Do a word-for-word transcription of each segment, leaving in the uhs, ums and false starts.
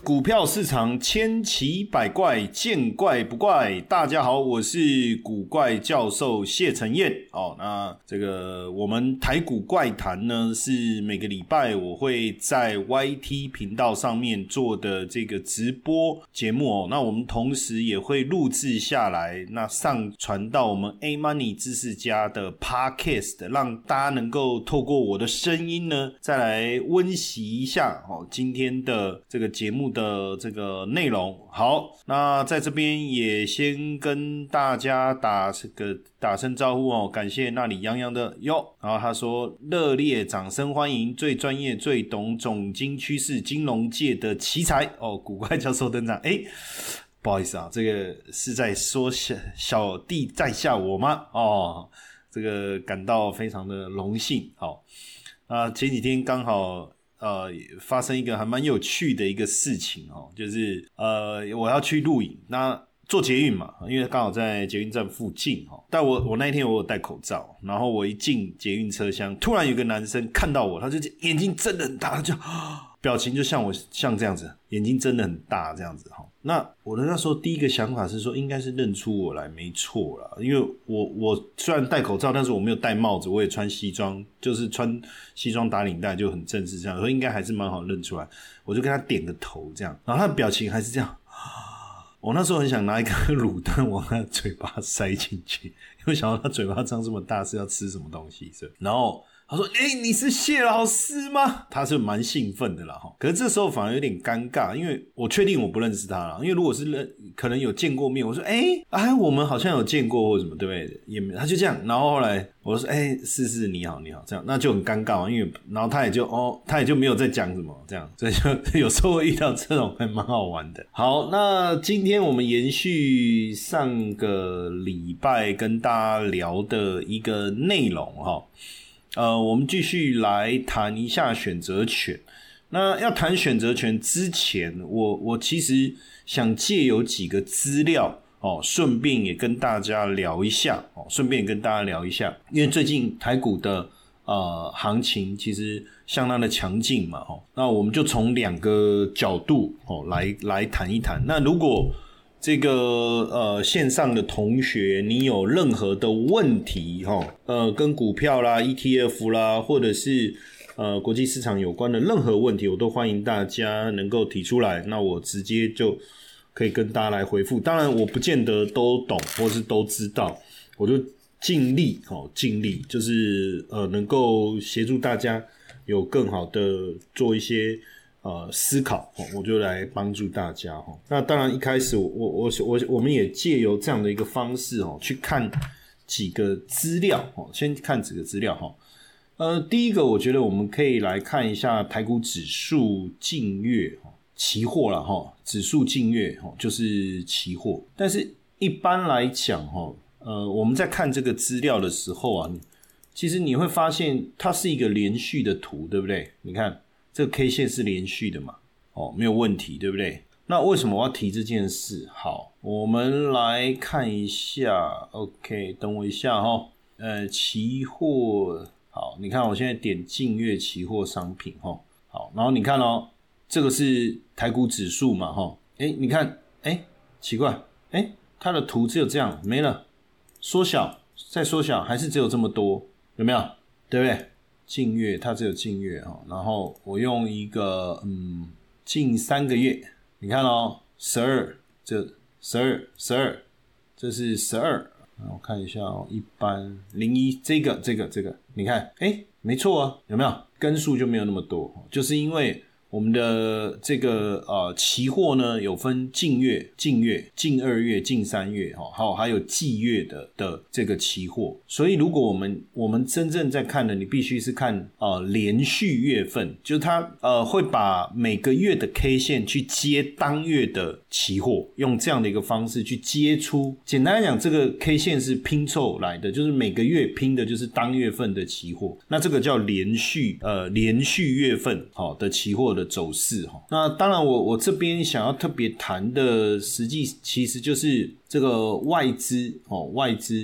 股票市场千奇百怪，见怪不怪。大家好，我是股怪教授谢承彦。哦，那这个我们台股怪谈呢，是每个礼拜我会在 Y T 频道上面做的这个直播节目哦。那我们同时也会录制下来，那上传到我们 A Money 知识家的 Podcast， 让大家能够透过我的声音呢，再来温习一下哦今天的这个节目的这个内容。好，那在这边也先跟大家打这个打声招呼哦，感谢那里洋洋的哟。然后他说热烈掌声欢迎最专业最懂总经趋势金融界的奇才哦，股怪教授登场。诶不好意思啊，这个是在说小小弟在下我吗？哦，这个感到非常的荣幸。好，那前几天刚好呃，发生一个还蛮有趣的一个事情哦，就是呃，我要去录影，那坐捷运嘛，因为刚好在捷运站附近哦。但我我那一天我有戴口罩，然后我一进捷运车厢，突然有个男生看到我，他就眼睛睁得很大，他就表情就像我像这样子，眼睛睁得很大这样子哈。那我的那时候第一个想法是说，应该是认出我来，没错啦，因为我我虽然戴口罩，但是我没有戴帽子，我也穿西装，就是穿西装打领带就很正式这样，所以应该还是蛮好认出来。我就跟他点个头这样，然后他的表情还是这样。我那时候很想拿一个卤蛋往他的嘴巴塞进去，因为想到他嘴巴张这么大是要吃什么东西，然后他说诶、欸、你是谢老师吗？他是蛮兴奋的啦，可是这时候反而有点尴尬，因为我确定我不认识他啦，因为如果是认可能有见过面，我说诶哎、啊、我们好像有见过或什么对不对，也没他就这样，然后后来我就说诶是是你好你好这样，那就很尴尬，因为然后他也就哦他也就没有在讲什么这样，所以就有时候会遇到这种还蛮好玩的。好，那今天我们延续上个礼拜跟大家聊的一个内容齁，呃，我们继续来谈一下选择权。那要谈选择权之前，我我其实想借由几个资料哦，顺便也跟大家聊一下哦，顺便也跟大家聊一下，因为最近台股的呃行情其实相当的强劲嘛，哦，那我们就从两个角度哦来来谈一谈。那如果这个呃线上的同学，你有任何的问题齁，呃跟股票啦、E T F 啦，或者是呃国际市场有关的任何问题，我都欢迎大家能够提出来，那我直接就可以跟大家来回复。当然我不见得都懂或是都知道，我就尽力齁，尽力就是呃能够协助大家有更好的做一些呃，思考，我就来帮助大家。那当然一开始我我我我们也借由这样的一个方式去看几个资料，先看几个资料。呃，第一个我觉得我们可以来看一下台股指数近月期货啦，指数近月就是期货。但是一般来讲，呃，我们在看这个资料的时候啊，其实你会发现它是一个连续的图，对不对？你看这个 K 线是连续的嘛，哦，没有问题，对不对？那为什么我要提这件事？好，我们来看一下 ，OK， 等我一下齁，呃，期货，好，你看我现在点近月期货商品齁，好，然后你看哦，这个是台股指数嘛齁，诶，你看，诶，奇怪，诶，它的图只有这样，没了，缩小，再缩小，还是只有这么多，有没有？对不对？近月它只有近月，然后我用一个嗯近三个月，你看哦，十二，这十二十二，这是十二，我看一下哦，一般零一这个这个这个，你看，诶没错啊，有没有？根数就没有那么多，就是因为我们的这个呃期货呢有分近月、近月、近二月、近三月，还有还有季月的的这个期货。所以如果我们我们真正在看的，你必须是看呃连续月份，就是它呃会把每个月的 K 线去接当月的期货，用这样的一个方式去接出。简单来讲，这个 K 线是拼凑来的，就是每个月拼的就是当月份的期货。那这个叫连续呃连续月份好、哦、的期货的走势。那当然我我这边想要特别谈的实际其实就是这个外资、哦、外资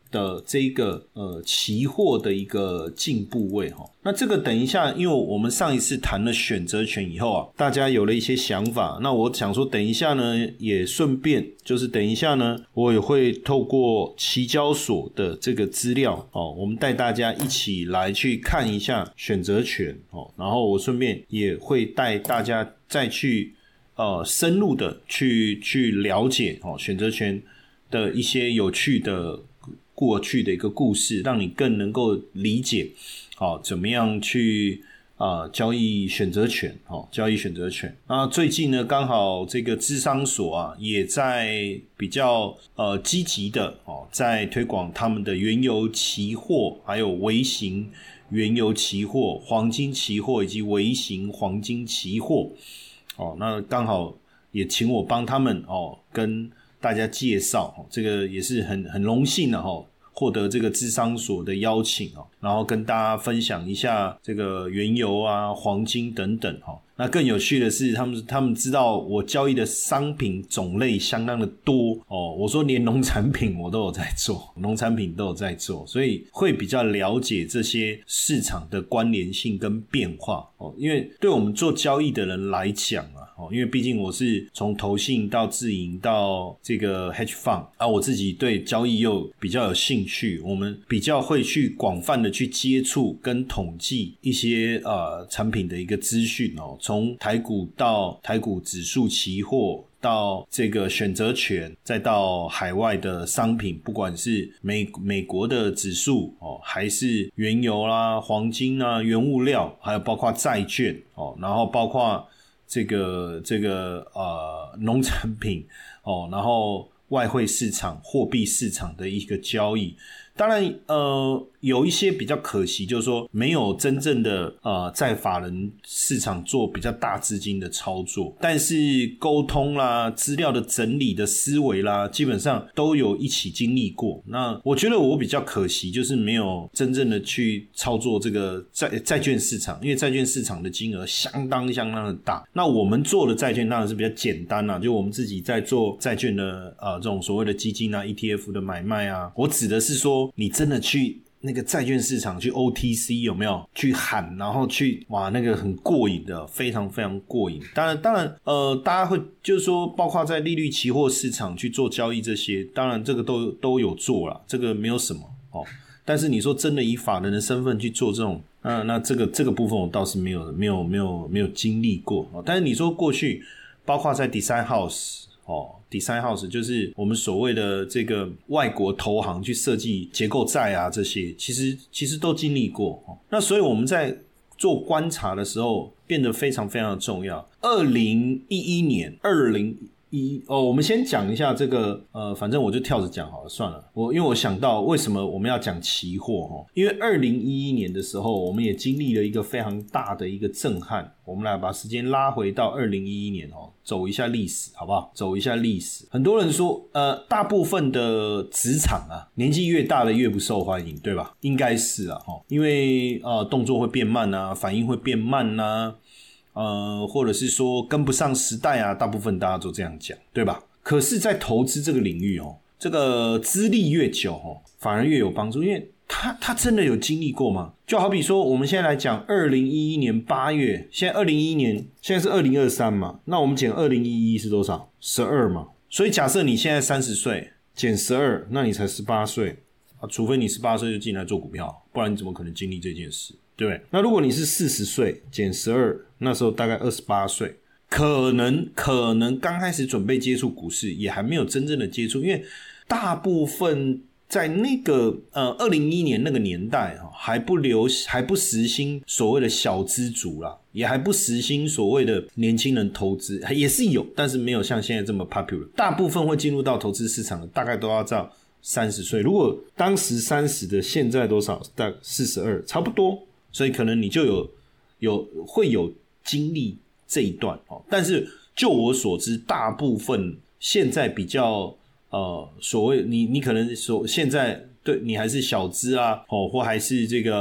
的这个呃期货的一个进步位齁。那这个等一下，因为我们上一次谈了选择权以后啊，大家有了一些想法，那我想说等一下呢也顺便就是等一下呢我也会透过期交所的这个资料哦，我们带大家一起来去看一下选择权哦，然后我顺便也会带大家再去呃深入的去去了解哦选择权的一些有趣的过去的一个故事，让你更能够理解好、哦、怎么样去啊、呃、交易选择权哦，交易选择权。那最近呢，刚好这个芝商所啊，也在比较呃积极的哦，在推广他们的原油期货，还有微型原油期货、黄金期货以及微型黄金期货哦。那刚好也请我帮他们哦，跟大家介绍哦，这个也是很很荣幸的哦。获得这个芝商所的邀请哦，然后跟大家分享一下这个原油啊、黄金等等哈。那更有趣的是，他们他们知道我交易的商品种类相当的多哦。我说连农产品我都有在做，农产品都有在做，所以会比较了解这些市场的关联性跟变化哦。因为对我们做交易的人来讲啊，哦，因为毕竟我是从投信到自营到这个 hedge fund 啊，我自己对交易又比较有兴趣，我们比较会去广泛的去接触跟统计一些呃产品的一个资讯哦。从台股到台股指数期货，到这个选择权，再到海外的商品，不管是美美国的指数哦，还是原油啦、黄金啦、原物料，还有包括债券哦，然后包括这个这个呃农产品哦，然后外汇市场、货币市场的一个交易。当然呃有一些比较可惜，就是说没有真正的呃在法人市场做比较大资金的操作，但是沟通啦、资料的整理的思维啦，基本上都有一起经历过。那我觉得我比较可惜，就是没有真正的去操作这个债债券市场，因为债券市场的金额相当相当的大。那我们做的债券当然是比较简单啦，就我们自己在做债券的呃这种所谓的基金啊、E T F 的买卖啊。我指的是说你真的去那个债券市场去 O T C 有没有去喊，然后去哇那个很过瘾的，非常非常过瘾。当然当然呃大家会就是说包括在利率期货市场去做交易这些，当然这个都都有做啦，这个没有什么哦。但是你说真的以法人的身份去做这种那那这个这个部分我倒是没有没有没有没有经历过哦。但是你说过去包括在 Design House哦 ，Design House 就是我们所谓的这个外国投行去设计结构债啊，这些其实其实都经历过哦。那所以我们在做观察的时候变得非常非常的重要。二零一一年，二零一哦，我们先讲一下这个呃，反正我就跳着讲好了，算了。我因为我想到为什么我们要讲期货哦，因为二零一一年的时候，我们也经历了一个非常大的一个震撼。我们来把时间拉回到二零一一年哦，走一下历史好不好？走一下历史。很多人说，呃，大部分的职场啊，年纪越大的越不受欢迎，对吧？应该是啊，齁，因为呃动作会变慢啊，反应会变慢啊。呃，或者是说跟不上时代啊，大部分大家都这样讲，对吧？可是在投资这个领域哦，这个资历越久哦，反而越有帮助，因为他他真的有经历过吗？就好比说我们现在来讲二零一一年八月，现在二零一一年现在是二零二三嘛，那我们减二零一一是多少？十二嘛。所以假设你现在三十岁减十二，那你才十八岁啊，除非你十八岁就进来做股票，不然你怎么可能经历这件事？对不对？那如果你是四十岁减十二，那时候大概二十八岁，可能可能刚开始准备接触股市，也还没有真正的接触，因为大部分在那个呃二零一一年那个年代还不流还不时兴所谓的小资族啦，也还不时兴所谓的年轻人投资，也是有，但是没有像现在这么 popular。大部分会进入到投资市场的，大概都要到三十岁。如果当时三十的，现在多少？大概四十二，差不多。所以可能你就有有会有经历这一段哦，但是就我所知，大部分现在比较呃所谓你你可能所现在对你还是小资啊哦，或还是这个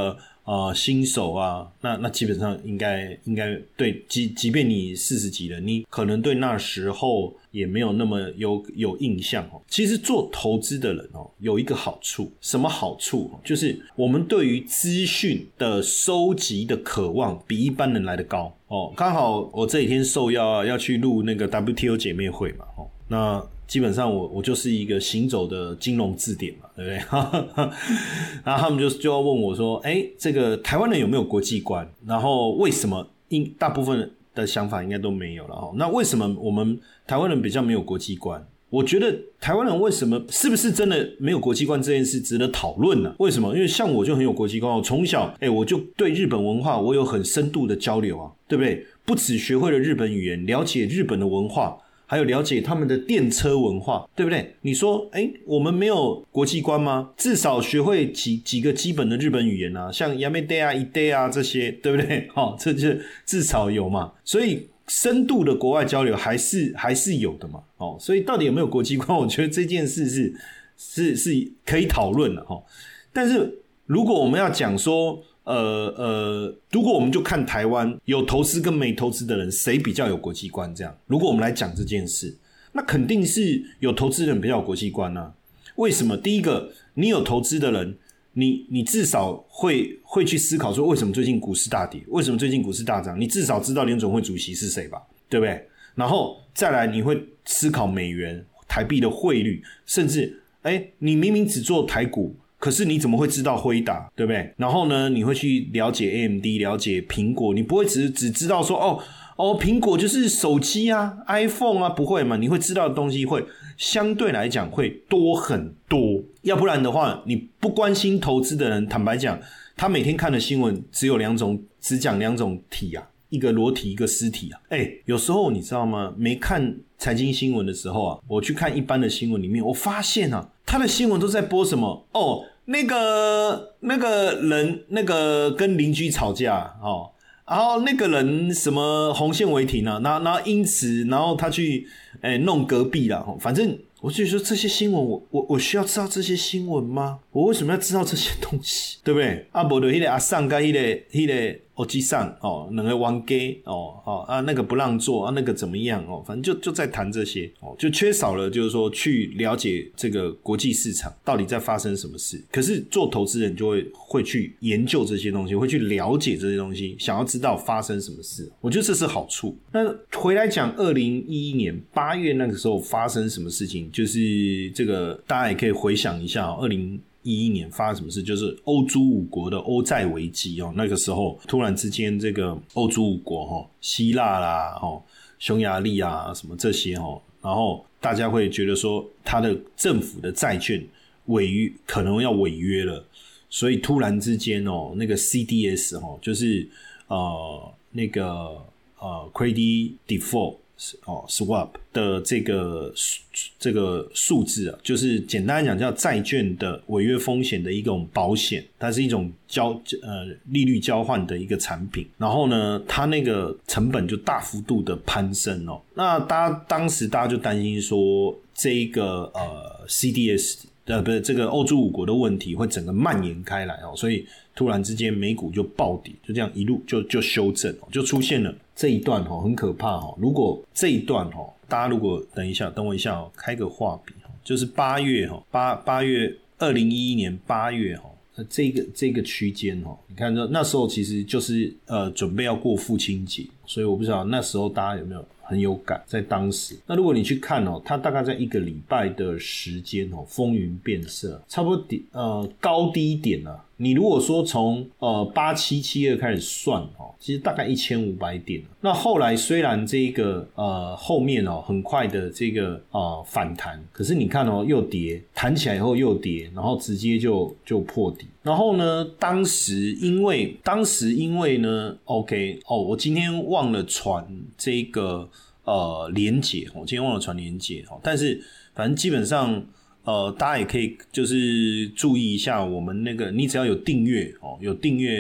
呃新手啊，那那基本上应该应该对，即即便你四十几了，你可能对那时候也没有那么有有印象哦。其实做投资的人哦，有一个好处，什么好处？就是我们对于资讯的收集的渴望比一般人来得高哦。刚好我这几天受邀啊，要去录那个 W T O 姐妹会嘛，哦，那基本上我我就是一个行走的金融字典嘛，对不对？然后他们就就要问我说，哎，这个台湾人有没有国际观？然后为什么应大部分的想法应该都没有了哈？那为什么我们台湾人比较没有国际观？我觉得台湾人为什么是不是真的没有国际观这件事值得讨论呢？为什么？因为像我就很有国际观，我从小哎我就对日本文化我有很深度的交流啊，对不对？不只学会了日本语言，了解日本的文化。还有了解他们的电车文化，对不对？你说，哎，我们没有国际观吗？至少学会几几个基本的日本语言啊，像 Yamete 啊、Ide 啊这些，对不对？哦，这就至少有嘛。所以深度的国外交流还是还是有的嘛。哦，所以到底有没有国际观？我觉得这件事是是是可以讨论的哈。但是如果我们要讲说，呃呃，如果我们就看台湾有投资跟没投资的人谁比较有国际观这样，如果我们来讲这件事，那肯定是有投资人比较有国际观啊。为什么？第一个，你有投资的人，你你至少会会去思考说，为什么最近股市大跌，为什么最近股市大涨，你至少知道联准会主席是谁吧，对不对？然后再来你会思考美元台币的汇率，甚至哎，你明明只做台股，可是你怎么会知道辉达，对不对？然后呢，你会去了解 A M D， 了解苹果，你不会只只知道说哦哦，苹果就是手机啊 ，iPhone 啊，不会嘛？你会知道的东西会相对来讲会多很多。要不然的话，你不关心投资的人，坦白讲，他每天看的新闻只有两种，只讲两种体啊，一个裸体，一个尸体啊。哎，有时候你知道吗？没看财经新闻的时候啊，我去看一般的新闻里面，我发现啊。他的新闻都在播什么？哦，那个那个人那个跟邻居吵架哦，然后那个人什么红线违停啊，然后因此然后他去诶弄隔壁啦，反正我就说这些新闻我我我需要知道这些新闻吗？我为什么要知道这些东西？对不对？啊，不就那个阿桑跟那个那个欧吉桑哦，两个玩 gay 哦哦啊，那个不让做啊，那个怎么样哦？反正就就在谈这些哦，就缺少了就是说去了解这个国际市场到底在发生什么事。可是做投资人就会会去研究这些东西，会去了解这些东西，想要知道发生什么事。我觉得这是好处。那回来讲，二零一一年八月那个时候发生什么事情？就是这个大家也可以回想一下哦，二零一一年发生什么事？就是欧洲五国的欧债危机哦，那个时候突然之间，这个欧洲五国哈，希腊啦、哈匈牙利啊什么这些哈，然后大家会觉得说，他的政府的债券违约可能要违约了，所以突然之间哦，那个 C D S 哦，就是呃那个呃 Credit Default。哦 ，swap 的这个这个数字啊，就是简单来讲叫债券的违约风险的一种保险，它是一种交呃利率交换的一个产品。然后呢，它那个成本就大幅度的攀升哦。那大家当时大家就担心说，这一个呃 C D S 呃不是这个欧洲五国的问题会整个蔓延开来哦，所以突然之间美股就暴跌，就这样一路就就修正，就出现了。这一段哦很可怕哦，如果这一段哦，大家如果等一下，等我一下哦，开个画笔哦，就是八月哦，八八月二零一一年八月哦，这个这个区间哦，你看那那时候其实就是呃准备要过父亲节，所以我不知道那时候大家有没有很有感，在当时。那如果你去看哦，它大概在一个礼拜的时间哦，风云变色，差不多底呃高低点啊。你如果说从呃八七七二开始算哦，其实大概一千五百点。那后来虽然这个呃后面哦很快的这个呃反弹，可是你看哦又跌，弹起来以后又跌，然后直接就就破底。然后呢，当时因为当时因为呢 ，OK 哦，我今天忘了传这个呃连结，我今天忘了传连结哦，但是反正基本上。呃，大家也可以就是注意一下我们那个，你只要有订阅哦，有订阅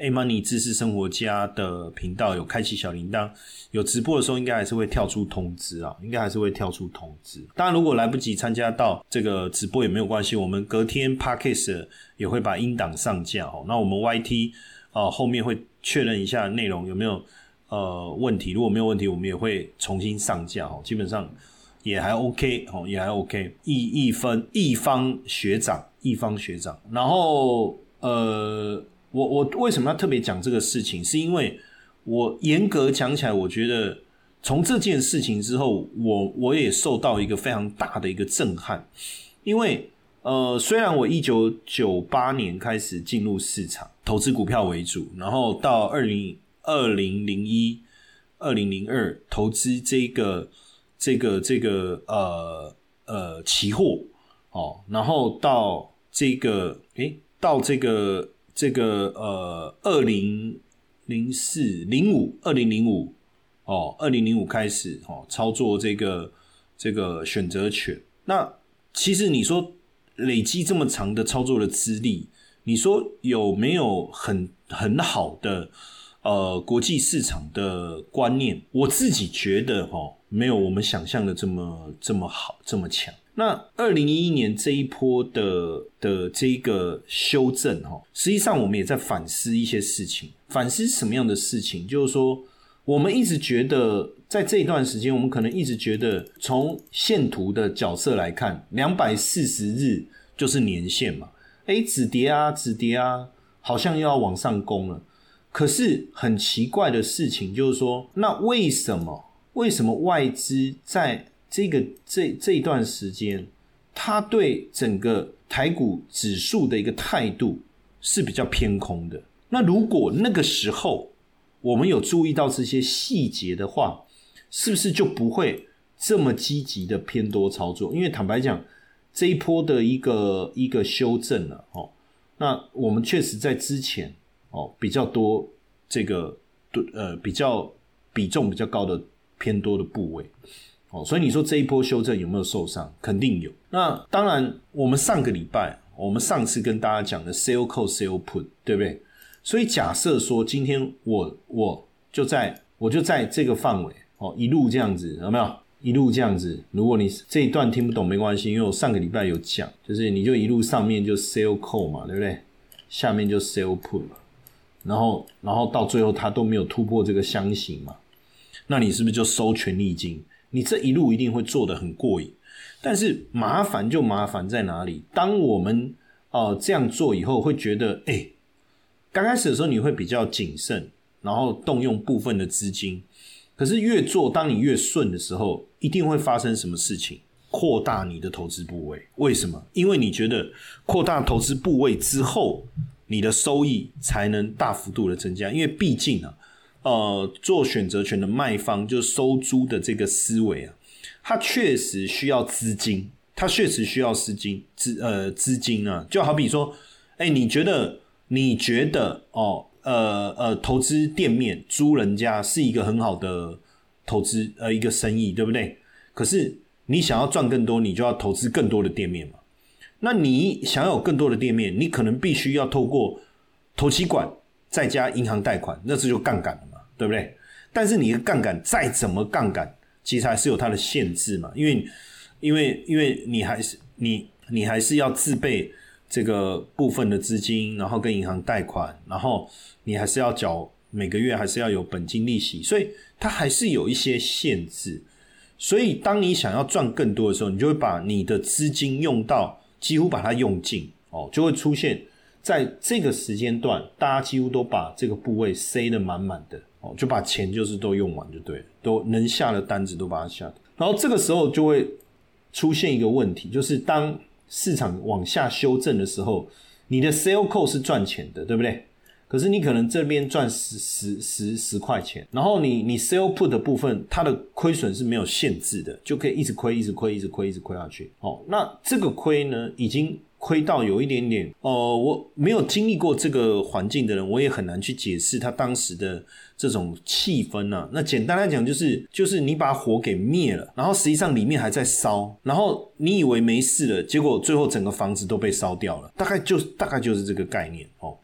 A-Money 知识生活家的频道有开启小铃铛，有直播的时候应该还是会跳出通知啊，应该还是会跳出通知。当然如果来不及参加到这个直播也没有关系，我们隔天 Podcast 也会把音档上架哦。那我们 Y T 呃后面会确认一下内容有没有呃问题，如果没有问题我们也会重新上架哦，基本上也还 OK 哦，也还 OK。易易分易方学长，易方学长。然后呃，我我为什么要特别讲这个事情？是因为我严格讲起来，我觉得从这件事情之后，我我也受到一个非常大的一个震撼。因为呃，虽然我一九九八年开始进入市场，投资股票为主，然后到二零二零零一、二零零二投资这个。这个这个呃呃期货哦，然后到这个诶到这个这个呃二零零四零五二零零五哦二零零五开始哦操作这个这个选择权。那其实你说累积这么长的操作的资历，你说有没有很很好的呃国际市场的观念？我自己觉得齁没有我们想象的这么这么好这么强。那二零一一年这一波的的这个修正齁，实际上我们也在反思一些事情。反思什么样的事情？就是说我们一直觉得在这一段时间，我们可能一直觉得从线图的角色来看，两百四十日就是年线嘛，诶止跌啊止跌啊，好像又要往上攻了。可是很奇怪的事情就是说，那为什么为什么外资在这个这这一段时间，他对整个台股指数的一个态度是比较偏空的？那如果那个时候我们有注意到这些细节的话，是不是就不会这么积极的偏多操作？因为坦白讲，这一波的一个一个修正了哦，那我们确实在之前哦比较多这个呃比较比重比较高的偏多的部位哦，所以你说这一波修正有没有受伤？肯定有。那当然，我们上个礼拜我们上次跟大家讲的 sell call sell put 对不对？所以假设说今天我我就在我就在这个范围哦，一路这样子有没有？一路这样子，如果你这一段听不懂没关系，因为我上个礼拜有讲，就是你就一路上面就 sell call 嘛，对不对？下面就 sell put 嘛，然后然后到最后它都没有突破这个箱型嘛，那你是不是就收权利金？你这一路一定会做得很过瘾。但是麻烦就麻烦在哪里？当我们呃这样做以后，会觉得哎。欸刚开始的时候你会比较谨慎，然后动用部分的资金，可是越做当你越顺的时候，一定会发生什么事情？扩大你的投资部位。为什么？因为你觉得扩大投资部位之后，你的收益才能大幅度的增加。因为毕竟啊，呃，做选择权的卖方就收租的这个思维啊，它确实需要资金，它确实需要资金资呃资金啊，就好比说，哎，你觉得？你觉得哦，呃呃，投资店面租人家是一个很好的投资呃一个生意，对不对？可是你想要赚更多，你就要投资更多的店面嘛。那你想要有更多的店面，你可能必须要透过头期款再加银行贷款，那这就杠杆了嘛，对不对？但是你的杠杆再怎么杠杆，其实还是有它的限制嘛，因为因为因为你还是你你还是要自备这个部分的资金，然后跟银行贷款，然后你还是要缴每个月还是要有本金利息，所以它还是有一些限制。所以当你想要赚更多的时候，你就会把你的资金用到几乎把它用尽哦，就会出现在这个时间段，大家几乎都把这个部位塞得满满的哦，就把钱就是都用完就对了，都能下的单子都把它下。然后这个时候就会出现一个问题，就是当市场往下修正的时候，你的 sell call 是赚钱的，对不对？可是你可能这边赚十十十十块钱，然后你你 sell put 的部分，它的亏损是没有限制的，就可以一直亏，一直亏，一直亏，一直亏下去。哦，那这个亏呢，已经亏到有一点点，呃，我没有经历过这个环境的人，我也很难去解释他当时的这种气氛啊。那简单来讲，就是就是你把火给灭了，然后实际上里面还在烧，然后你以为没事了，结果最后整个房子都被烧掉了，大概就大概就是这个概念哦。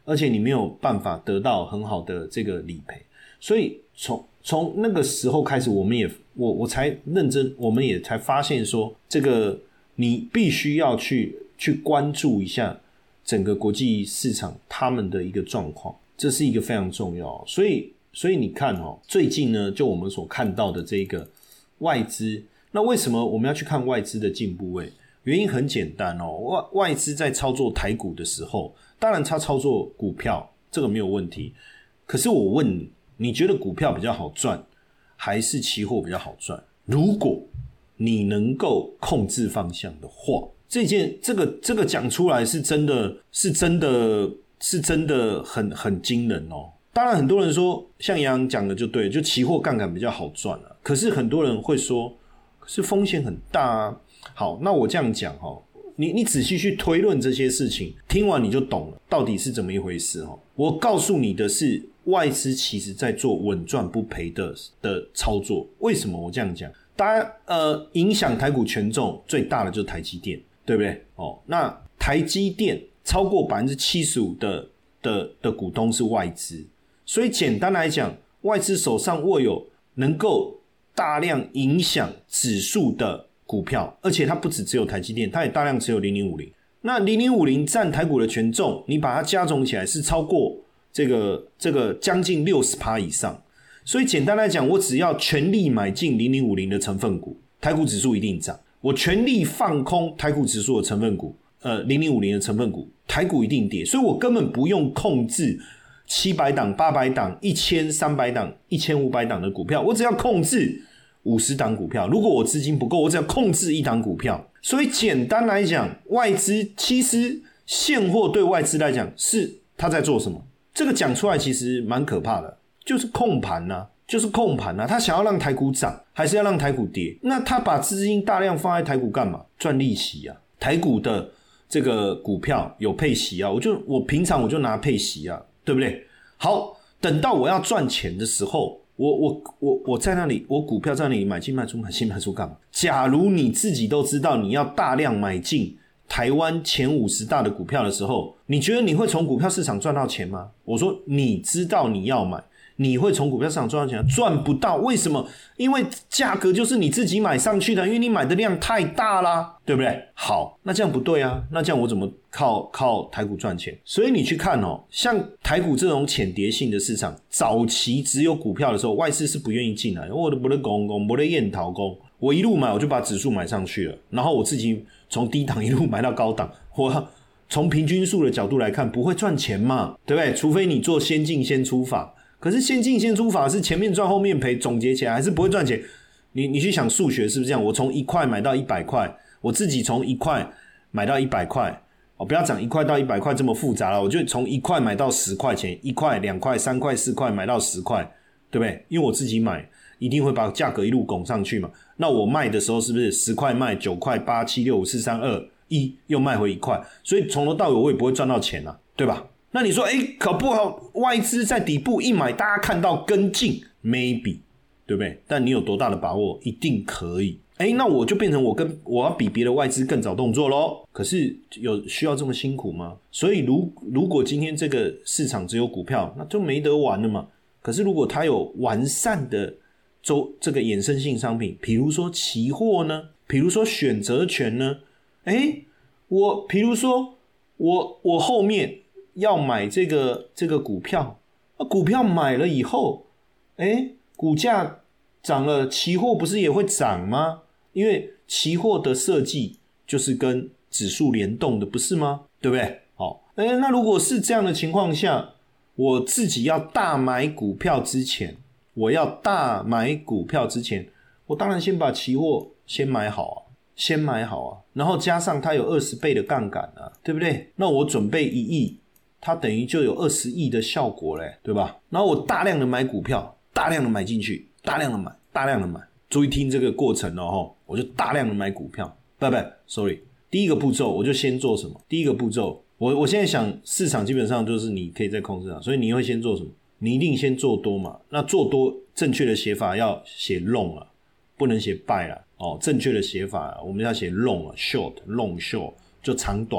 而且你没有办法得到很好的这个理赔。所以从从那个时候开始，我们也我我才认真，我们也才发现说，这个你必须要去去关注一下整个国际市场他们的一个状况，这是一个非常重要。所以所以你看哦，最近呢，就我们所看到的这个外资，那为什么我们要去看外资的进部位？原因很简单哦，外外资在操作台股的时候，当然他操作股票这个没有问题，可是我问你，你觉得股票比较好赚，还是期货比较好赚？如果你能够控制方向的话，这件这个这个讲出来是真的是真的是真的很很惊人哦。当然很多人说像杨洋讲的就对，就期货杠杆比较好赚啊，可是很多人会说，可是风险很大啊。好，那我这样讲齁，你你仔细去推论这些事情，听完你就懂了到底是怎么一回事齁。我告诉你的是，外资其实在做稳赚不赔的的操作。为什么我这样讲？当然呃，影响台股权重最大的就是台积电，对不对？哦，那台积电超过 百分之七十五 的的的股东是外资，所以简单来讲，外资手上握有能够大量影响指数的股票，而且它不只只有台积电，它也大量持有零零五零。那零零五零占台股的权重，你把它加总起来是超过这个这个将近 百分之六十 以上。所以简单来讲，我只要全力买进零零五零的成分股，台股指数一定涨。我全力放空台股指数的成分股，呃零零五零的成分股，台股一定跌。所以我根本不用控制七百档、八百档、一千三百档、一千五百档的股票，我只要控制五十档股票。如果我资金不够，我只要控制一档股票。所以简单来讲，外资其实现货对外资来讲是他在做什么？这个讲出来其实蛮可怕的，就是控盘啊，就是控盘啊。他想要让台股涨，还是要让台股跌？那他把资金大量放在台股干嘛？赚利息啊。台股的这个股票有配息啊，我就我平常我就拿配息啊，对不对？好，等到我要赚钱的时候，我我我我在那里，我股票在那里买进卖出买进卖出干嘛？假如你自己都知道你要大量买进台湾前五十大的股票的时候，你觉得你会从股票市场赚到钱吗？我说你知道你要买，你会从股票市场赚到钱吗？赚不到。为什么？因为价格就是你自己买上去的，因为你买的量太大啦，对不对？好，那这样不对啊，那这样我怎么靠靠台股赚钱？所以你去看哦，像台股这种浅碟性的市场，早期只有股票的时候，外资是不愿意进来，我都不能公公，不能验讨公，我一路买我就把指数买上去了，然后我自己从低档一路买到高档，我从平均数的角度来看，不会赚钱嘛，对不对？除非你做先进先出法。可是先进先出法是前面赚后面赔，总结起来还是不会赚钱。你你去想数学是不是这样？我从一块买到一百块，我自己从一块买到一百块，哦，不要讲一块到一百块这么复杂了，我就从一块买到十块钱，一块、两块、三块、四块买到十块，对不对？因为我自己买，一定会把价格一路拱上去嘛。那我卖的时候是不是十块卖九块八七六五四三二一又卖回一块？所以从头到尾我也不会赚到钱啊，对吧？那你说，诶，搞不好外资在底部一买，大家看到跟进 ，maybe， 对不对？但你有多大的把握？一定可以。诶，那我就变成我跟我要比别的外资更早动作咯。可是有需要这么辛苦吗？所以如如果今天这个市场只有股票，那就没得玩了嘛。可是如果它有完善的周这个衍生性商品，比如说期货呢，比如说选择权呢，诶，我比如说我我后面要买这个这个股票，股票买了以后，诶，股价涨了，期货不是也会涨吗？因为期货的设计就是跟指数联动的，不是吗？对不对？好，诶，那如果是这样的情况下，我自己要大买股票之前，我要大买股票之前，我当然先把期货先买好啊，先买好啊，然后加上它有二十倍的杠杆啊，对不对？那我准备一亿。它等于就有二十亿的效果嘞，对吧？然后我大量的买股票，大量的买进去，大量的买，大量的买。注意听这个过程哦，我就大量的买股票。不不 ，sorry， 第一个步骤我就先做什么？第一个步骤，我我现在想市场基本上就是你可以在控制上，所以你会先做什么？你一定先做多嘛。那做多正确的写法要写 long 啊，不能写 buy 啦。哦，正确的写法我们要写 long 啊 ，short long short 就长短了。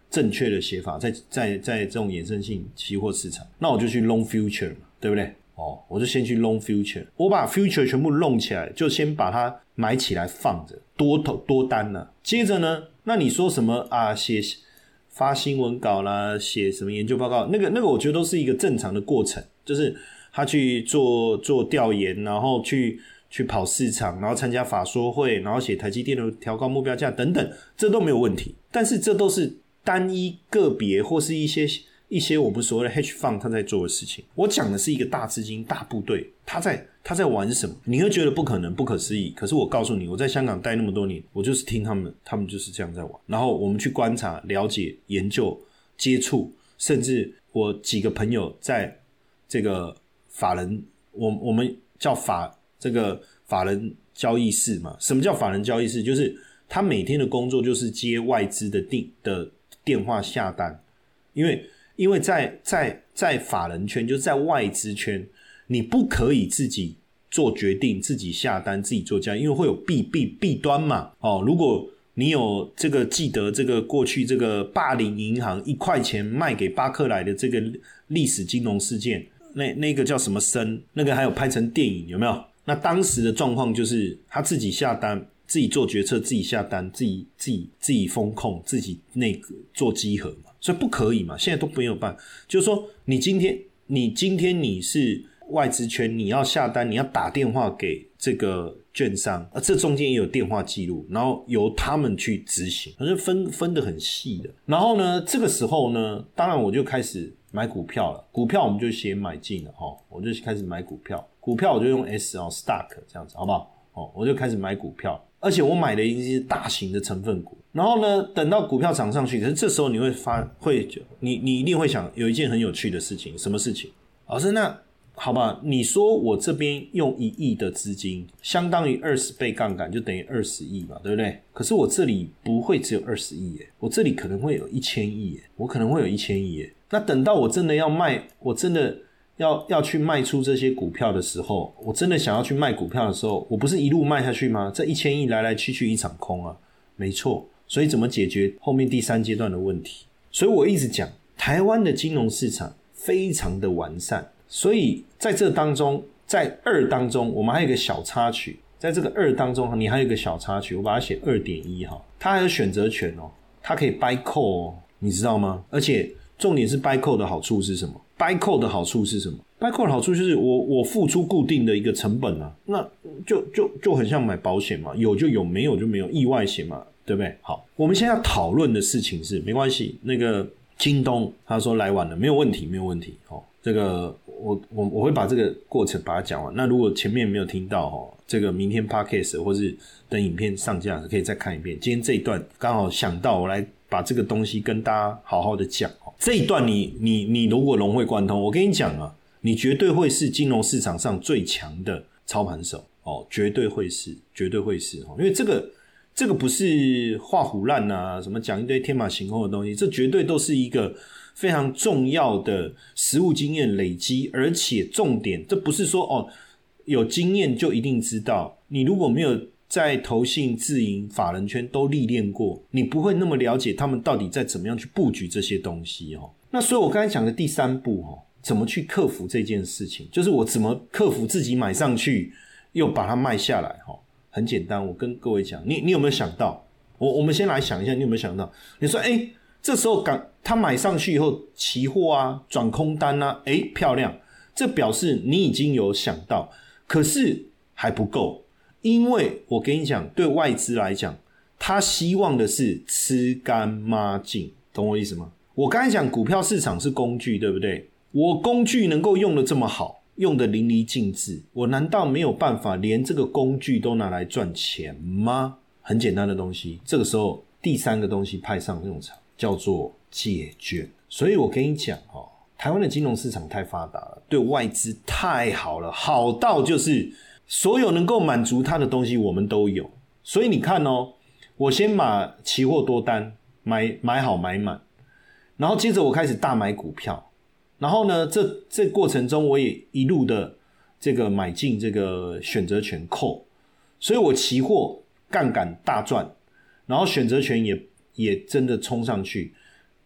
正确的写法，在在在这种衍生性期货市场，那我就去 long future 嘛，对不对？哦，我就先去 long future， 我把 future 全部弄起来，就先把它买起来放着，多头多单了、啊。接着呢，那你说什么啊？写发新闻稿啦，写什么研究报告，那个那个，我觉得都是一个正常的过程，就是他去做做调研，然后去去跑市场，然后参加法说会，然后写台积电的调高目标价等等，这都没有问题。但是这都是单一个别或是一些一些我们所谓的 hedge fund 他在做的事情。我讲的是一个大资金大部队，他在他在玩什么？你会觉得不可能不可思议，可是我告诉你，我在香港待那么多年，我就是听他们，他们就是这样在玩。然后我们去观察、了解、研究、接触，甚至我几个朋友在这个法人，我我们叫法这个法人交易室嘛。什么叫法人交易室？就是他每天的工作就是接外资的定的电话下单，因为因为在在在法人圈，就是在外资圈，你不可以自己做决定、自己下单、自己做交易，因为会有弊弊弊端嘛。哦，如果你有这个记得这个过去这个霸凌银行一块钱卖给巴克莱的这个历史金融事件，那那个叫什么森，那个还有拍成电影，有没有？那当时的状况就是他自己下单。自己做决策，自己下单，自己自己自己风控，自己内阁做稽核嘛，所以不可以嘛，现在都没有办法。就是说，你今天你今天你是外资圈，你要下单，你要打电话给这个券商，啊，这中间也有电话记录，然后由他们去执行，就分分得很细的。然后呢，这个时候呢，当然我就开始买股票了，股票我们就写买进了齁，我就开始买股票，股票我就用 S 哦 stock 这样子，好不好？哦，我就开始买股票。而且我买的一定是大型的成分股，然后呢，等到股票涨上去，可是这时候你会发会你你一定会想有一件很有趣的事情，什么事情？老师，那好吧，你说我这边用一亿的资金，相当于二十倍杠杆，就等于二十亿嘛，对不对？可是我这里不会只有二十亿耶，我这里可能会有一千亿耶，我可能会有一千亿耶。那等到我真的要卖，我真的。要要去卖出这些股票的时候，我真的想要去卖股票的时候，我不是一路卖下去吗？这一千亿来来去去一场空啊，没错。所以怎么解决后面第三阶段的问题？所以我一直讲，台湾的金融市场非常的完善，所以在这当中，在二当中，我们还有一个小插曲，在这个二当中，你还有一个小插曲，我把它写 二点一 哈，它还有选择权哦，它可以 buy call 哦，你知道吗？而且重点是 buy call 的好处是什么？buy call 的好处是什么 ？buy call 的好处就是我我付出固定的一个成本啊，那就就就很像买保险嘛，有就有，没有就没有，意外险嘛，对不对？好，我们现在要讨论的事情是，没关系，那个京东他说来晚了，没有问题，没有问题。哦，这个我我我会把这个过程把它讲完。那如果前面没有听到哦，这个明天 podcast 或是等影片上架可以再看一遍。今天这一段刚好想到，我来把这个东西跟大家好好的讲。这一段你你你如果融会贯通，我跟你讲啊，你绝对会是金融市场上最强的操盘手哦，绝对会是，绝对会是哦，因为这个这个不是画虎烂啊，什么讲一堆天马行空的东西，这绝对都是一个非常重要的实务经验累积，而且重点，这不是说哦有经验就一定知道，你如果没有在投信、自营、法人圈都历练过，你不会那么了解他们到底在怎么样去布局这些东西哦。那所以我刚才讲的第三步哦，怎么去克服这件事情，就是我怎么克服自己买上去又把它卖下来哦。很简单，我跟各位讲，你你有没有想到？我我们先来想一下，你有没有想到？你说，哎，这时候刚他买上去以后，期货啊转空单啊，哎漂亮，这表示你已经有想到，可是还不够。因为我跟你讲，对外资来讲，他希望的是吃干抹净，懂我意思吗？我刚才讲股票市场是工具，对不对？我工具能够用得这么好，用得淋漓尽致，我难道没有办法连这个工具都拿来赚钱吗？很简单的东西，这个时候第三个东西派上用场，叫做借券。所以我跟你讲哦，台湾的金融市场太发达了，对外资太好了，好到就是所有能够满足他的东西我们都有。所以你看哦，我先把期货多单买买好买满，然后接着我开始大买股票，然后呢这这过程中我也一路的这个买进这个选择权扣，所以我期货杠杆大赚，然后选择权也也真的冲上去，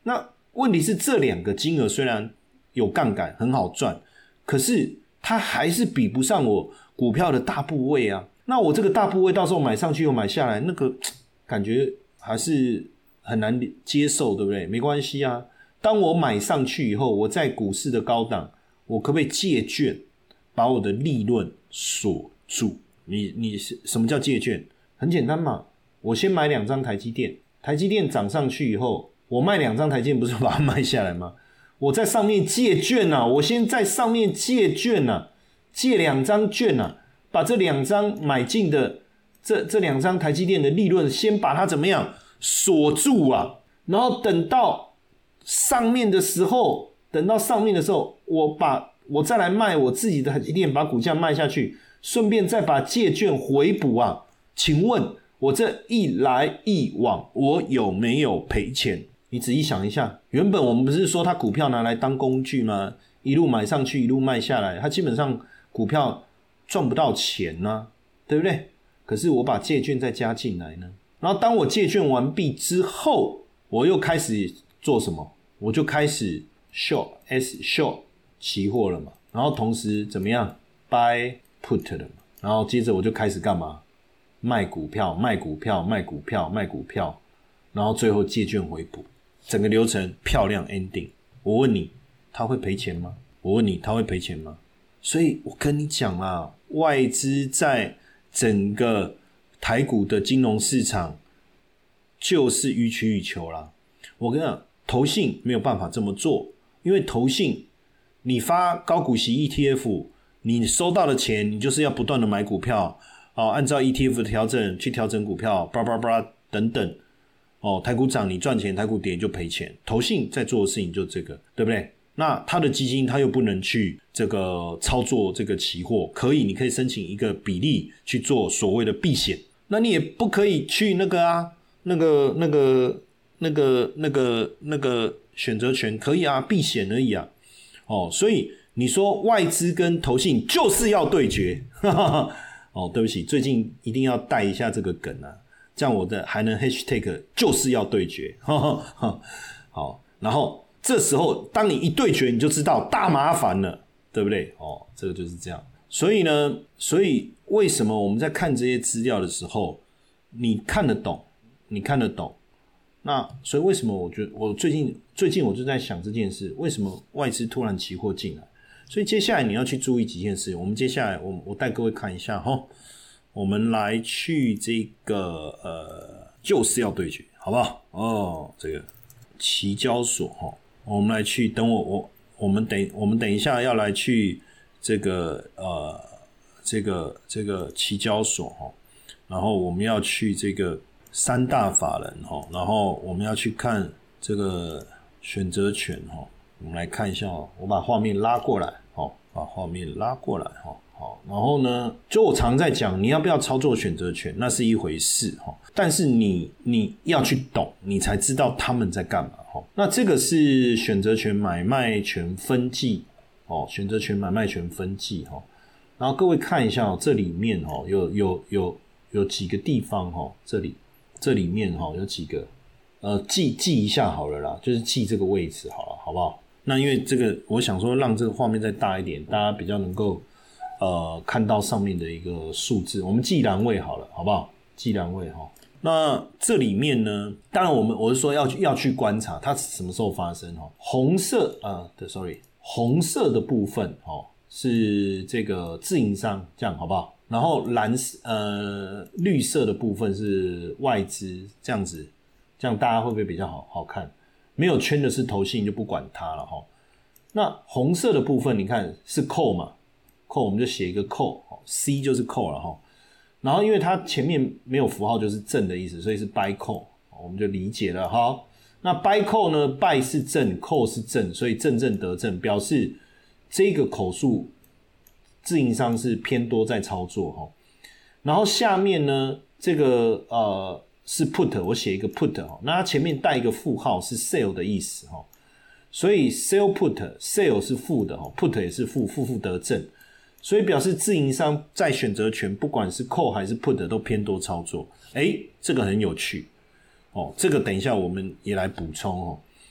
那问题是这两个金额虽然有杠杆很好赚，可是它还是比不上我股票的大部位啊。那我这个大部位到时候买上去又买下来，那个感觉还是很难接受，对不对？没关系啊，当我买上去以后，我在股市的高档，我可不可以借券把我的利润锁住？你你什么叫借券？很简单嘛，我先买两张台积电，台积电涨上去以后，我卖两张台积电，不是把它卖下来吗？我在上面借券啊，我先在上面借券啊，借两张券啊，把这两张买进的这这两张台积电的利润，先把它怎么样锁住啊？然后等到上面的时候，等到上面的时候，我把我再来卖我自己的台积电，把股价卖下去，顺便再把借券回补啊。请问我这一来一往，我有没有赔钱？你仔细想一下，原本我们不是说他股票拿来当工具吗？一路买上去，一路卖下来，他基本上股票赚不到钱啊，对不对？可是我把借券再加进来呢，然后当我借券完毕之后，我又开始做什么？我就开始 short S short 期货了嘛，然后同时怎么样 buy put 了嘛，然后接着我就开始干嘛？卖股票，卖股票，卖股票，卖股票，然后最后借券回补，整个流程漂亮 ending。我问你，他会赔钱吗？我问你，他会赔钱吗？所以我跟你讲啦，外资在整个台股的金融市场就是予取予求啦。我跟你讲，投信没有办法这么做，因为投信你发高股息 E T F， 你收到的钱你就是要不断的买股票。哦，按照 E T F 的调整去调整股票，巴拉巴拉等等。哦，台股涨你赚钱，台股跌就赔钱。投信在做的事情就这个，对不对？那他的基金他又不能去这个操作这个期货，可以，你可以申请一个比例去做所谓的避险。那你也不可以去那个啊，那个那个那个那个那个选择权可以啊，避险而已啊。哦，所以你说外资跟投信就是要对决，哈哈哈。哦，对不起，最近一定要带一下这个梗啊，这样我的还能 hashtag 就是要对决，呵呵呵。好，然后这时候当你一对决，你就知道大麻烦了，对不对？哦，这个就是这样。所以呢，所以为什么我们在看这些资料的时候，你看得懂，你看得懂，那所以为什么我觉得我最近最近我就在想这件事，为什么外资突然期货进来？所以接下来你要去注意几件事，我们接下来我我带各位看一下齁，我们来去这个呃就是要对决，好不好？哦，这个期交所齁，我们来去等我我我们等我们等一下要来去这个呃这个这个期交所齁，然后我们要去这个三大法人齁，然后我们要去看这个选择权齁，我们来看一下哦，我把画面拉过来。好，把画面拉过来哈。好，然后呢，就我常在讲，你要不要操作选择权，那是一回事哈。但是你你要去懂，你才知道他们在干嘛哈。那这个是选择权买卖权分际哦，选择权买卖权分际哈。然后各位看一下哦，这里面哦有有有有几个地方哈，这里这里面哈有几个呃记记一下好了啦，就是记这个位置好了，好不好？那因为这个我想说让这个画面再大一点，大家比较能够呃看到上面的一个数字，我们记栏位好了，好不好？记栏位齁。那这里面呢，当然我们我是说要去要去观察它什么时候发生齁。红色啊对 sorry 红色的部分齁是这个自营商，这样好不好？然后蓝呃绿色的部分是外资，这样子，这样大家会不会比较好好看？没有圈的是投信，就不管它了齁。那红色的部分你看是扣嘛，扣我们就写一个扣 C 就是扣了齁。然后因为它前面没有符号就是正的意思，所以是 buy call， 我们就理解了齁。那 buy call 呢 buy 是正 call 是正，所以正正得正，表示这个口数自营商是偏多在操作齁。然后下面呢这个呃是 put， 我写一个 put， 那它前面带一个负号是 sell 的意思，所以 sell put sell 是负的 put 也是负，负负得正，所以表示自营商在选择权不管是 call 还是 put 都偏多操作。诶，这个很有趣哦，这个等一下我们也来补充哦。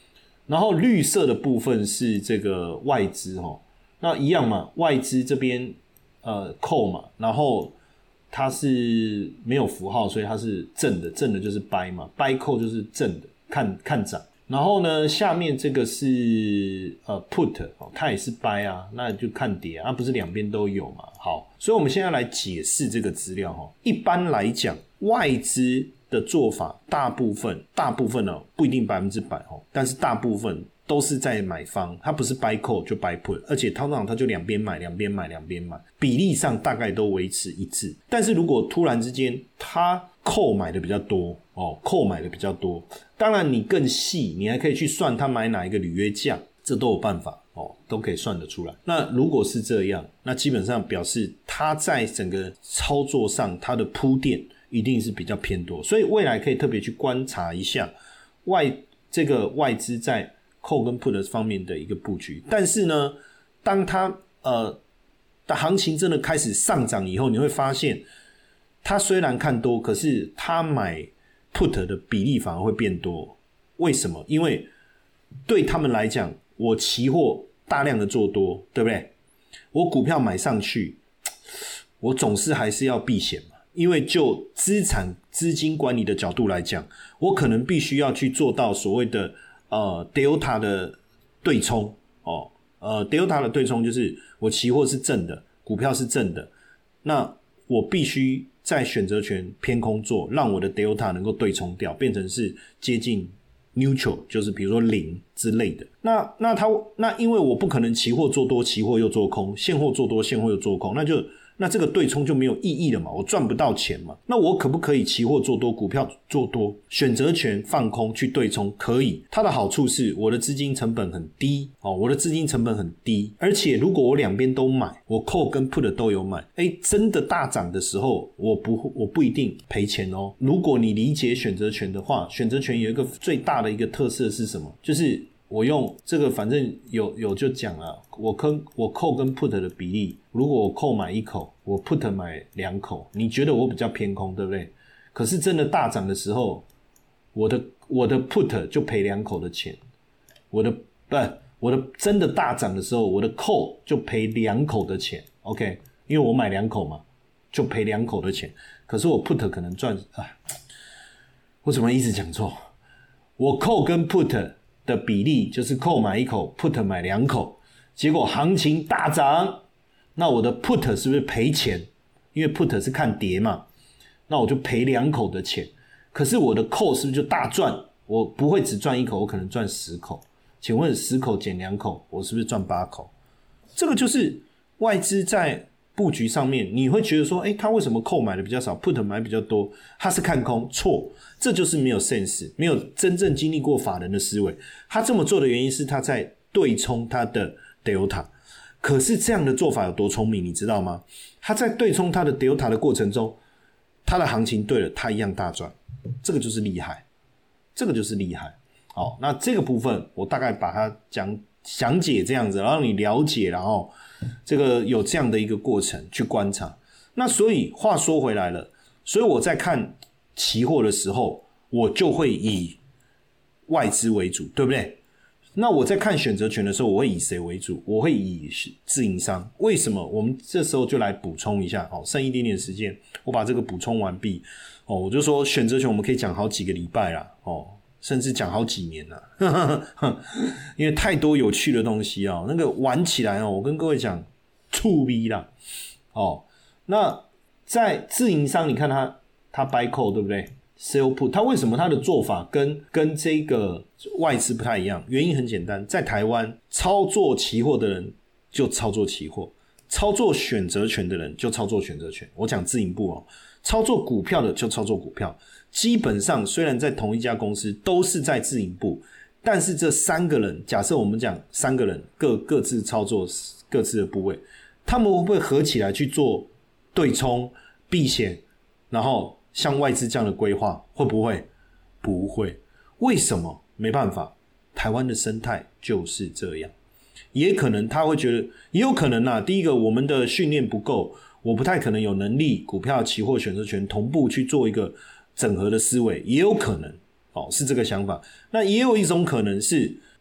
然后绿色的部分是这个外资齁，那一样嘛，外资这边呃扣嘛，然后它是没有符号，所以它是正的，正的就是 buy 嘛 ，buy call 就是正的，看看涨。然后呢，下面这个是呃 put 哦，它也是 buy 啊，那就看跌啊，不是两边都有嘛。好，所以我们现在来解释这个资料哈。一般来讲，外资的做法大部分大部分呢、哦、不一定百分之百哦，但是大部分都是在买方，它不是 buy call 就 buy put， 而且通常它就两边买两边买两边买，比例上大概都维持一致。但是如果突然之间它call买的比较多哦 call 买的比较多，当然你更细，你还可以去算它买哪一个履约价，这都有办法哦，都可以算得出来。那如果是这样，那基本上表示它在整个操作上它的铺垫一定是比较偏多，所以未来可以特别去观察一下外这个外资在 call 跟 put 方面的一个布局。但是呢，当它呃的行情真的开始上涨以后，你会发现它虽然看多，可是它买 put 的比例反而会变多。为什么？因为对他们来讲，我期货大量的做多，对不对？我股票买上去，我总是还是要避险嘛。因为就资产资金管理的角度来讲，我可能必须要去做到所谓的呃 delta 的对冲哦，呃 delta 的对冲就是我期货是正的，股票是正的，那我必须在选择权偏空做，让我的 delta 能够对冲掉，变成是接近 neutral， 就是比如说零之类的。那那它那因为我不可能期货做多，期货又做空，现货做多，现货又做空，那就那这个对冲就没有意义了嘛，我赚不到钱嘛。那我可不可以期货做多，股票做多，选择权放空去对冲？可以。它的好处是我的资金成本很低哦，我的资金成本很低，而且如果我两边都买，我 call 跟 put 都有买，诶，真的大涨的时候，我不我不一定赔钱哦。如果你理解选择权的话，选择权有一个最大的一个特色是什么？就是我用这个，反正有有就讲了，我跟我 call 跟 put 的比例，如果我 call 买一口，我 put 买两口，你觉得我比较偏空，对不对？可是真的大涨的时候，我的我的 put 就赔两口的钱，我的不，我的真的大涨的时候，我的 call 就赔两口的钱 ，OK？ 因为我买两口嘛，就赔两口的钱。可是我 put 可能赚，啊，我怎么一直讲错？我 call 跟 put的比例就是 call 买一口 put 买两口，结果行情大涨，那我的 put 是不是赔钱？因为 put 是看跌嘛，那我就赔两口的钱。可是我的 call 是不是就大赚？我不会只赚一口，我可能赚十口。请问十口减两口，我是不是赚八口？这个就是外资在布局上面，你会觉得说，诶，他为什么 call 买的比较少 ，put 买比较多？他是看空，错，这就是没有 sense， 没有真正经历过法人的思维。他这么做的原因是他在对冲他的 delta， 可是这样的做法有多聪明，你知道吗？他在对冲他的 delta 的过程中，他的行情对了，他一样大赚，这个就是厉害，这个就是厉害。好，那这个部分我大概把它讲详解这样子，让你了解，然后这个有这样的一个过程去观察。那所以话说回来了，所以我在看期货的时候，我就会以外资为主，对不对？那我在看选择权的时候，我会以谁为主？我会以自营商。为什么？我们这时候就来补充一下，哦，剩一点点时间，我把这个补充完毕。哦，我就说选择权我们可以讲好几个礼拜啦，哦，甚至讲好几年啦，因为太多有趣的东西啊，那个玩起来哦，我跟各位讲，触逼啦，哦，那在自营商，你看他他 buy call 对不对 ？sell put， 他为什么他的做法跟跟这个外资不太一样？原因很简单，在台湾操作期货的人就操作期货，操作选择权的人就操作选择权。我讲自营部哦，操作股票的就操作股票。基本上虽然在同一家公司都是在自营部，但是这三个人，假设我们讲三个人各各自操作各自的部位，他们会不会合起来去做对冲、避险，然后像外资这样的规划？会不会？不会。为什么？没办法，台湾的生态就是这样。也可能他会觉得，也有可能啊。第一个，我们的训练不够，我不太可能有能力股票、期货、选择权同步去做一个整合的思维，也有可能哦，是这个想法。那也有一种可能是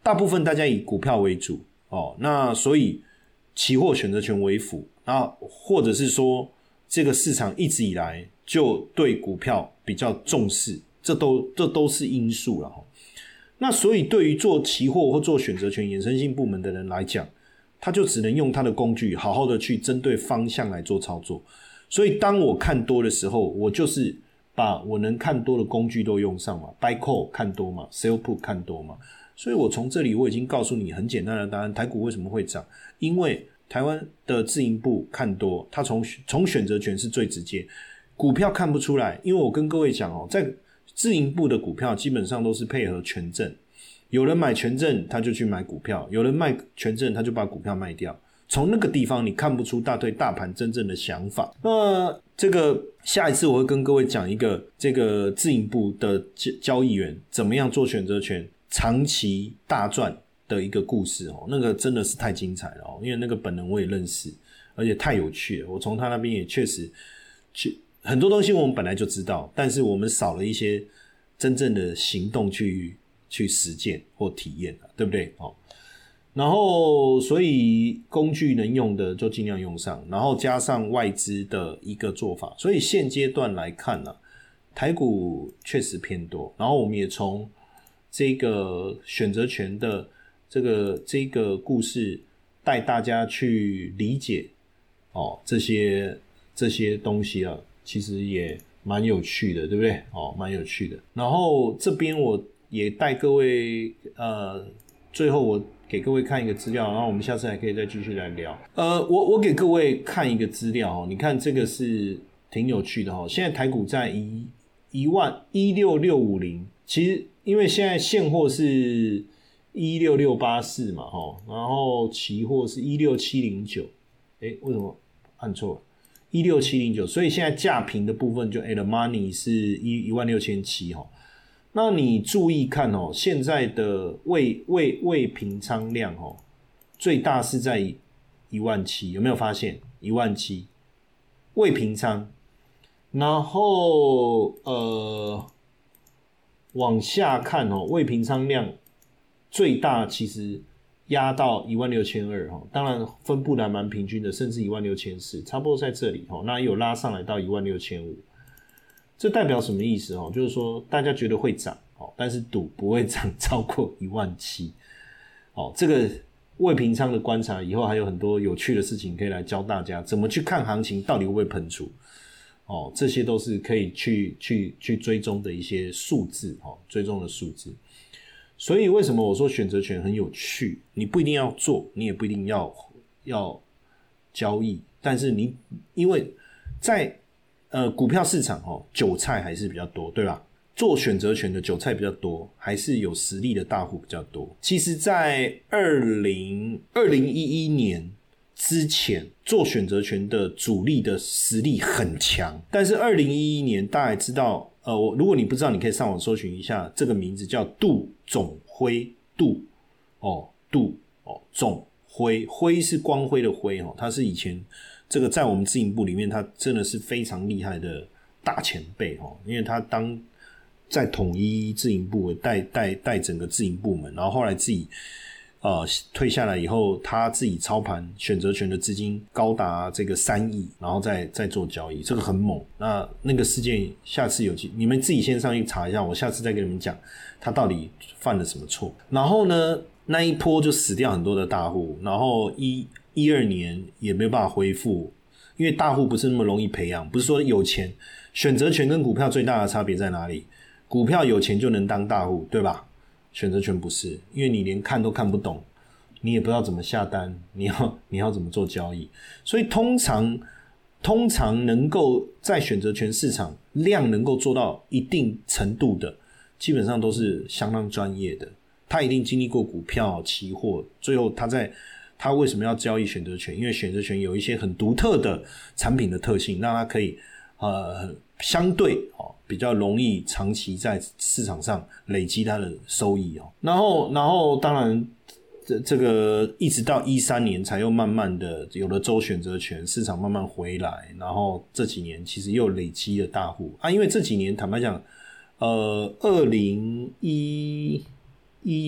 大部分大家以股票为主哦，那所以期货选择权为辅，那或者是说这个市场一直以来就对股票比较重视，这都这都是因素啦。那所以对于做期货或做选择权衍生性部门的人来讲，他就只能用他的工具好好的去针对方向来做操作。所以当我看多的时候，我就是把我能看多的工具都用上嘛， buy call 看多嘛， sell put 看多嘛。所以我从这里我已经告诉你很简单的答案，台股为什么会涨，因为台湾的自营部看多，它从从选择权是最直接，股票看不出来，因为我跟各位讲哦，在自营部的股票基本上都是配合权证，有人买权证他就去买股票，有人卖权证他就把股票卖掉，从那个地方你看不出大对大盘真正的想法。那这个下一次我会跟各位讲一个这个自营部的交易员怎么样做选择权长期大赚的一个故事哦，那个真的是太精彩了哦，因为那个本人我也认识，而且太有趣了，我从他那边也确实去很多东西我们本来就知道，但是我们少了一些真正的行动去去实践或体验，对不对？哦，然后所以工具能用的就尽量用上，然后加上外资的一个做法，所以现阶段来看呢、啊，台股确实偏多，然后我们也从这个选择权的这个这个故事带大家去理解哦，这些这些东西啊，其实也蛮有趣的，对不对？哦，蛮有趣的。然后这边我也带各位，呃，最后我给各位看一个资料，然后我们下次还可以再继续来聊。呃，我我给各位看一个资料哦，你看这个是挺有趣的哦。现在台股在一一万一六六五零，其实因为现在现货是一六六八四嘛，哈，然后期货是一六七零九，哎，为什么按错了？一六七零九，所以现在价平的部分就 at the money 是一万六千七哈。那你注意看哦，现在的未未未平仓量哦，最大是在一万七，有没有发现？一万七未平仓，然后呃往下看哦，未平仓量最大其实压到一万六千二哈，当然分布的还蛮平均的，甚至一万六千四，差不多在这里哈。那也有拉上来到一万六千五。这代表什么意思哦？就是说大家觉得会涨哦，但是赌不会涨超过一万七哦。这个未平仓的观察，以后还有很多有趣的事情可以来教大家怎么去看行情到底会不会喷出哦，这些都是可以去去去追踪的一些数字哦，追踪的数字。所以为什么我说选择权很有趣？你不一定要做，你也不一定要要交易，但是你因为在呃，股票市场哦，韭菜还是比较多，对吧？做选择权的韭菜比较多，还是有实力的大户比较多。其实在二零一一年之前，做选择权的主力的实力很强，但是二零一一年大家也知道，呃，如果你不知道，你可以上网搜寻一下这个名字叫杜总辉，杜哦，杜哦，总辉，辉是光辉的辉哦，他是以前。这个在我们自营部里面，他真的是非常厉害的大前辈哦，因为他当在统一自营部带带带整个自营部门，然后后来自己呃退下来以后，他自己操盘选择权的资金高达这个三亿，然后再再做交易，这个很猛。那那个事件下次有机你们自己先上去查一下，我下次再跟你们讲他到底犯了什么错。然后呢，那一波就死掉很多的大户，然后一。一二年也没有办法恢复，因为大户不是那么容易培养，不是说有钱。选择权跟股票最大的差别在哪里？股票有钱就能当大户，对吧？选择权不是，因为你连看都看不懂，你也不知道怎么下单，你要你要怎么做交易，所以通常通常能够在选择权市场量能够做到一定程度的，基本上都是相当专业的。他一定经历过股票、期货，最后他在。他为什么要交易选择权？因为选择权有一些很独特的产品的特性，让他可以呃相对哦比较容易长期在市场上累积他的收益哦。然后然后当然这这个一直到一三年才又慢慢的有了周选择权，市场慢慢回来，然后这几年其实又累积了大户啊，因为这几年坦白讲，呃，二零一一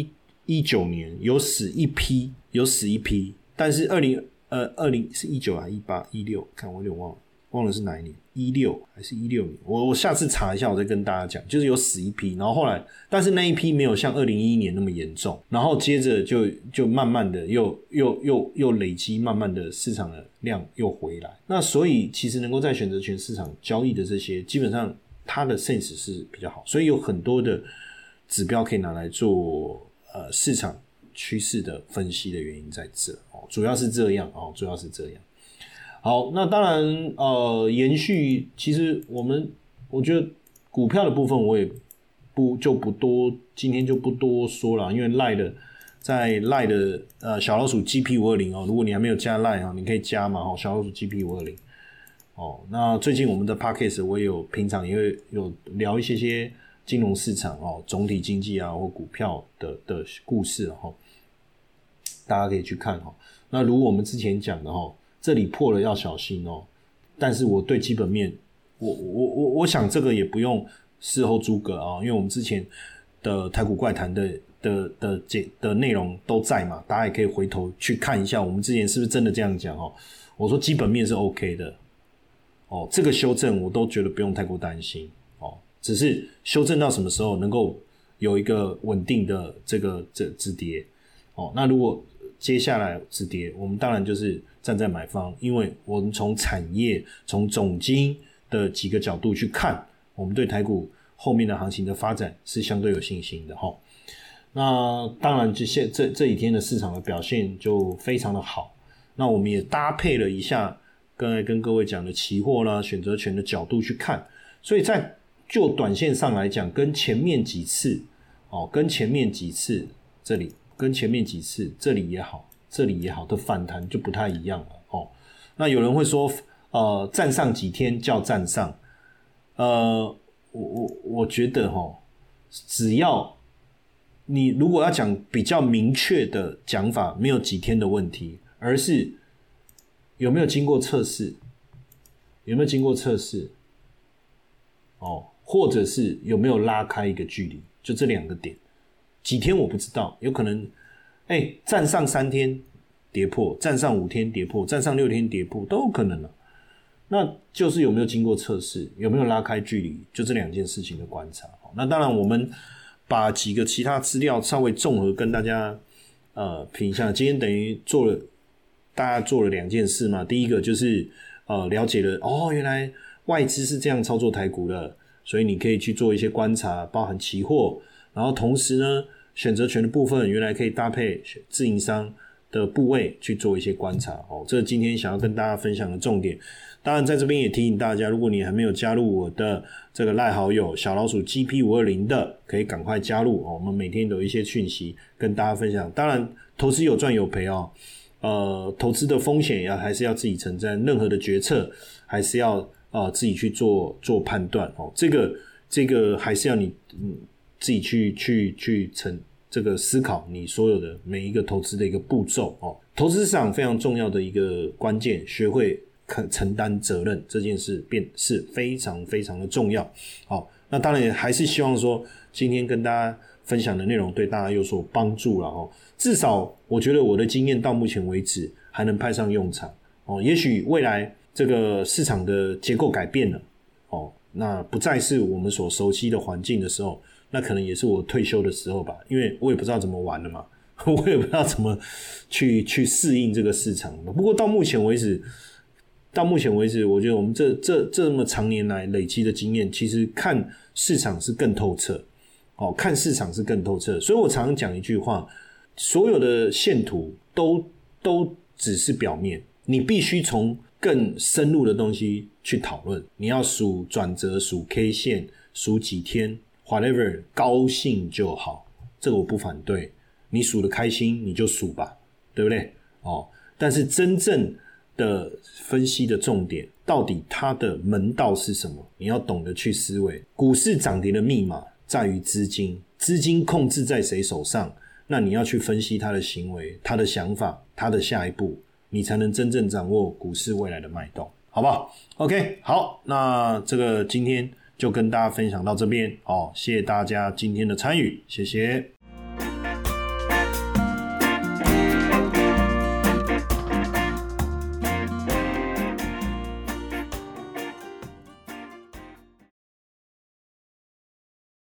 一九年有死一批，有死一批，但是二零呃二零是一九还是一八一六？看我有点忘了，忘了是哪一年，一六还是一六年？我我下次查一下，我再跟大家讲。就是有死一批，然后后来，但是那一批没有像二零一一年那么严重，然后接着就就慢慢的又又又又累积，慢慢的市场的量又回来。那所以其实能够在选择权市场交易的这些，基本上它的 sense 是比较好，所以有很多的指标可以拿来做。呃，市场趋势的分析的原因在这哦，主要是这样哦，主要是这样。好，那当然呃，延续其实我们我觉得股票的部分我也不就不多，今天就不多说了，因为 LINE 的在 LINE 的呃小老鼠 G P 五二零 哦，如果你还没有加 LINE 啊，你可以加嘛哦，小老鼠 G P 五二零 哦。那最近我们的 Podcast 我也有平常也会有聊一些些。金融市场哦，总体经济啊，或股票的的故事哦，大家可以去看哦。那如我们之前讲的哦，这里破了要小心哦。但是我对基本面，我我我我想这个也不用事后诸葛啊，因为我们之前的台股怪谈的的的的的内容都在嘛，大家也可以回头去看一下，我们之前是不是真的这样讲哦？我说基本面是 OK 的哦，这个修正我都觉得不用太过担心。只是修正到什么时候能够有一个稳定的这个这止跌哦？那如果接下来止跌，我们当然就是站在买方，因为我们从产业、从总经的几个角度去看，我们对台股后面的行情的发展是相对有信心的哈。那当然，就现这这几天的市场的表现就非常的好。那我们也搭配了一下刚才跟各位讲的期货啦、选择权的角度去看，所以在就短线上来讲，跟前面几次哦，跟前面几次这里，跟前面几次这里也好，这里也好的反弹就不太一样了哦。那有人会说，呃，站上几天叫站上，呃，我我我觉得哈、哦，只要你如果要讲比较明确的讲法，没有几天的问题，而是有没有经过测试，有没有经过测试，哦。或者是有没有拉开一个距离，就这两个点，几天我不知道，有可能，哎、欸，站上三天跌破，站上五天跌破，站上六天跌破都有可能了。那就是有没有经过测试，有没有拉开距离，就这两件事情的观察。那当然，我们把几个其他资料稍微综合跟大家呃评一下。今天等于做了，大家做了两件事嘛。第一个就是呃了解了哦，原来外资是这样操作台股的。所以你可以去做一些观察，包含期货，然后同时呢，选择权的部分原来可以搭配自营商的部位去做一些观察哦。这是今天想要跟大家分享的重点。当然在这边也提醒大家，如果你还没有加入我的这个赖好友小老鼠 G P 五二零 的，可以赶快加入哦。我们每天都有一些讯息跟大家分享。当然投资有赚有赔哦，呃，投资的风险要还是要自己承担，任何的决策还是要呃，自己去做做判断哦，这个这个还是要你嗯自己去去去成这个思考你所有的每一个投资的一个步骤哦。投资市场非常重要的一个关键，学会承担责任这件事便是非常非常的重要。好，那当然也还是希望说今天跟大家分享的内容对大家有所帮助了哦。至少我觉得我的经验到目前为止还能派上用场哦。也许未来这个市场的结构改变了哦，那不再是我们所熟悉的环境的时候，那可能也是我退休的时候吧，因为我也不知道怎么玩了嘛，我也不知道怎么去去适应这个市场。不过到目前为止，到目前为止，我觉得我们这这这么长年来累积的经验，其实看市场是更透彻，哦，看市场是更透彻。所以我常常讲一句话，所有的线图都都只是表面，你必须从更深入的东西去讨论，你要数转折，数 K 线，数几天 whatever 高兴就好，这个我不反对，你数得开心你就数吧，对不对？哦，但是真正的分析的重点，到底它的门道是什么，你要懂得去思维。股市涨跌的密码在于资金，资金控制在谁手上，那你要去分析他的行为，他的想法，他的下一步，你才能真正掌握股市未来的脉动，好不好 ？OK， 好，那这个今天就跟大家分享到这边哦，谢谢大家今天的参与，谢谢。